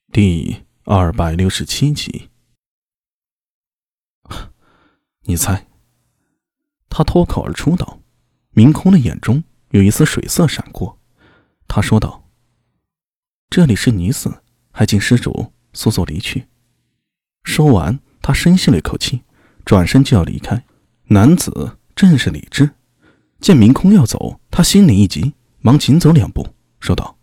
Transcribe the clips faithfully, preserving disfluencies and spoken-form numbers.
第二百六十七集。你猜？他脱口而出道。明空的眼中有一丝水色闪过，他说道：这里是尼斯，还请施主速速离去。说完，他深吸了一口气，转身就要离开。男子正是李治，见明空要走，他心里一急，忙紧走两步，说道：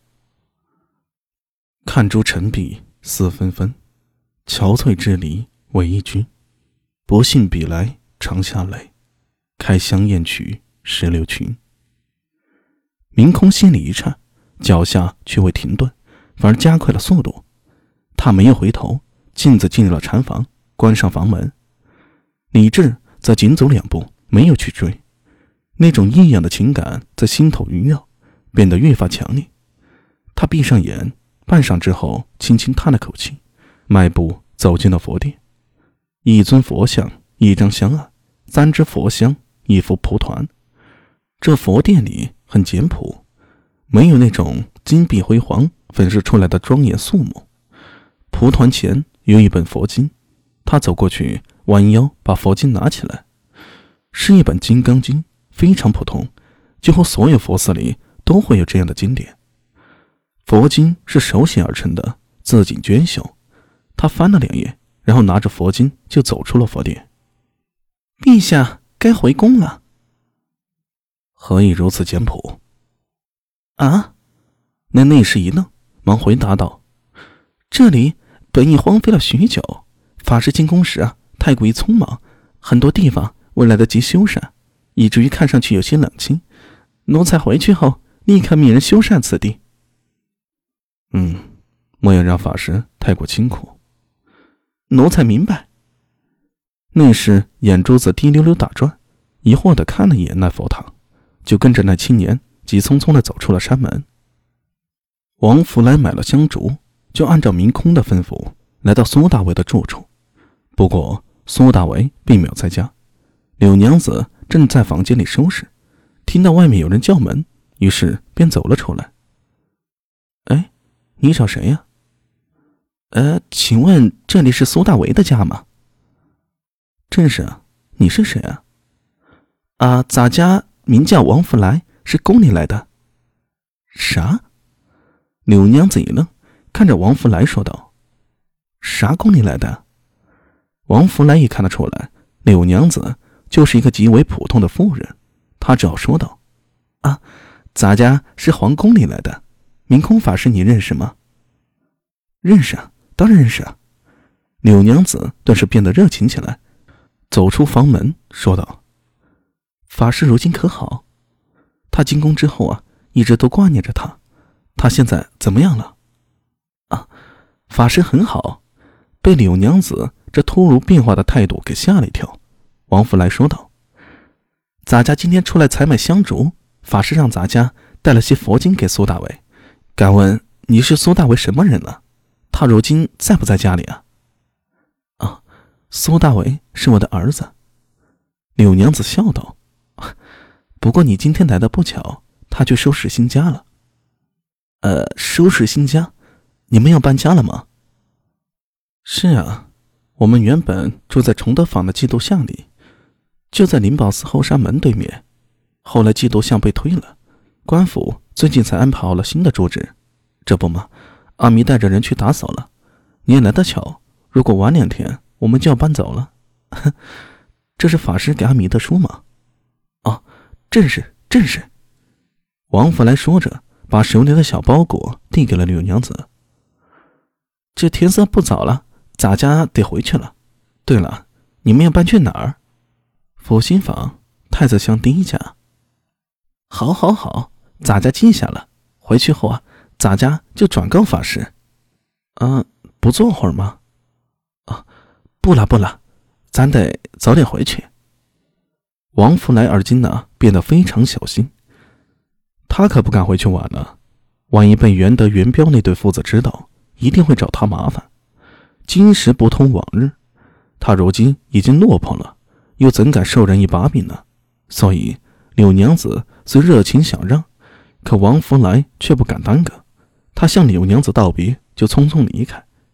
看朱尘碧思纷纷，憔悴之离为一居。不信彼来长下泪，开香艳曲石榴裙。明空心里一颤，脚下却未停顿，反而加快了速度。他没有回头，径自进入了禅房，关上房门。李治则紧走两步，没有去追。那种异样的情感在心头萦绕，变得越发强烈。他闭上眼，半晌之后轻轻叹了口气，迈步走进了佛殿。一尊佛像，一张香案，三支佛香，一幅蒲团。这佛殿里很简朴，没有那种金碧辉煌粉饰出来的庄严肃穆。蒲团前有一本佛经，他走过去，弯腰把佛经拿起来，是一本金刚经，非常普通，几乎所有佛寺里都会有这样的经典。佛经是手写而成的，字景娟秀。他翻了两页，然后拿着佛经就走出了佛殿。陛下该回宫了。何以如此简朴？啊？那内侍一愣，忙回答道：这里本已荒废了许久，法师进宫时啊，太过于匆忙，很多地方未来得及修缮，以至于看上去有些冷清。奴才回去后立刻命人修缮此地。嗯，莫要让法师太过辛苦。奴才明白。内侍眼珠子滴溜溜打转，疑惑地看了一眼那佛堂，就跟着那青年急匆匆地走出了山门。王福来买了香烛，就按照明空的吩咐来到苏大为的住处。不过苏大为并没有在家，柳娘子正在房间里收拾，听到外面有人叫门，于是便走了出来。哎，你找谁呀？呃，请问这里是苏大为的家吗？正是啊，你是谁啊？啊，咱家名叫王福来，是宫里来的。啥？柳娘子一愣，看着王福来说道：啥宫里来的？王福来也看得出来，柳娘子就是一个极为普通的妇人，他只好说道：啊，咱家是皇宫里来的，明空法师你认识吗？认识啊，当然认识啊。柳娘子顿时变得热情起来，走出房门说道：法师如今可好？他进宫之后啊，一直都挂念着他，他现在怎么样了？啊，法师很好。被柳娘子这突如变化的态度给吓了一跳，王福来说道：咱家今天出来采买香烛，法师让咱家带了些佛经给苏大为，敢问你是苏大为什么人呢？他如今在不在家里啊？啊，苏大为是我的儿子。柳娘子笑道：不过你今天来的不巧，他去收拾新家了。呃，收拾新家？你们要搬家了吗？是啊，我们原本住在崇德坊的基督巷里，就在灵宝寺后山门对面。后来基督巷被推了，官府最近才安排好了新的住址。这不嘛，阿弥带着人去打扫了。你也来得巧，如果晚两天，我们就要搬走了。这是法师给阿弥的书吗？哦，正是，正是。王福来说着，把手里的小包裹递给了柳娘子。这天色不早了，咱家得回去了。对了，你们要搬去哪儿？福兴坊、太子巷第一家。好好好，咱家记下了。回去后啊，咱家就转告法师。啊，不坐会儿吗？啊，不了不了，咱得早点回去。王福来而今呢，变得非常小心。他可不敢回去晚了，万一被元德元彪那对父子知道，一定会找他麻烦。今时不同往日，他如今已经落魄了，又怎敢受人一把柄呢？所以柳娘子虽热情想让，可王福来却不敢耽搁。他向柳娘子道别，就匆匆离开，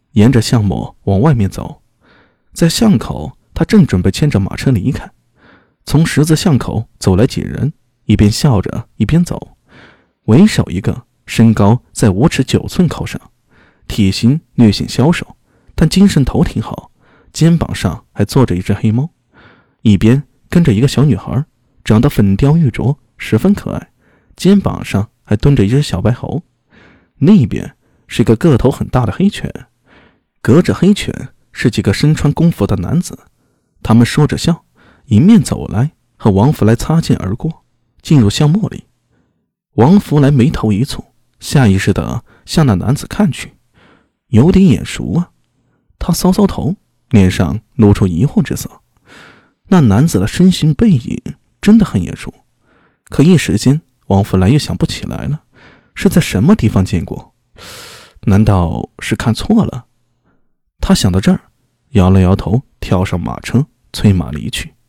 沿着巷陌往外面走。在巷口，他正准备牵着马车离开，从十字巷口走来几人，一边笑着一边走。为首一个身高在五尺九寸靠上，体型略显消瘦，但精神头挺好，肩膀上还坐着一只黑猫。一边跟着一个小女孩，长得粉雕玉琢，十分可爱，肩膀上还蹲着一只小白猴。另一边是个个头很大的黑犬，隔着黑犬是几个身穿工服的男子，他们说着笑，迎面走来，和王福来擦肩而过，进入巷陌里。王福来眉头一蹙，下意识地向那男子看去，有点眼熟啊。他搔搔头，脸上露出疑惑之色。那男子的身形背影真的很眼熟，可一时间王福来又想不起来了，是在什么地方见过？难道是看错了？他想到这儿，摇了摇头，跳上马车，催马离去。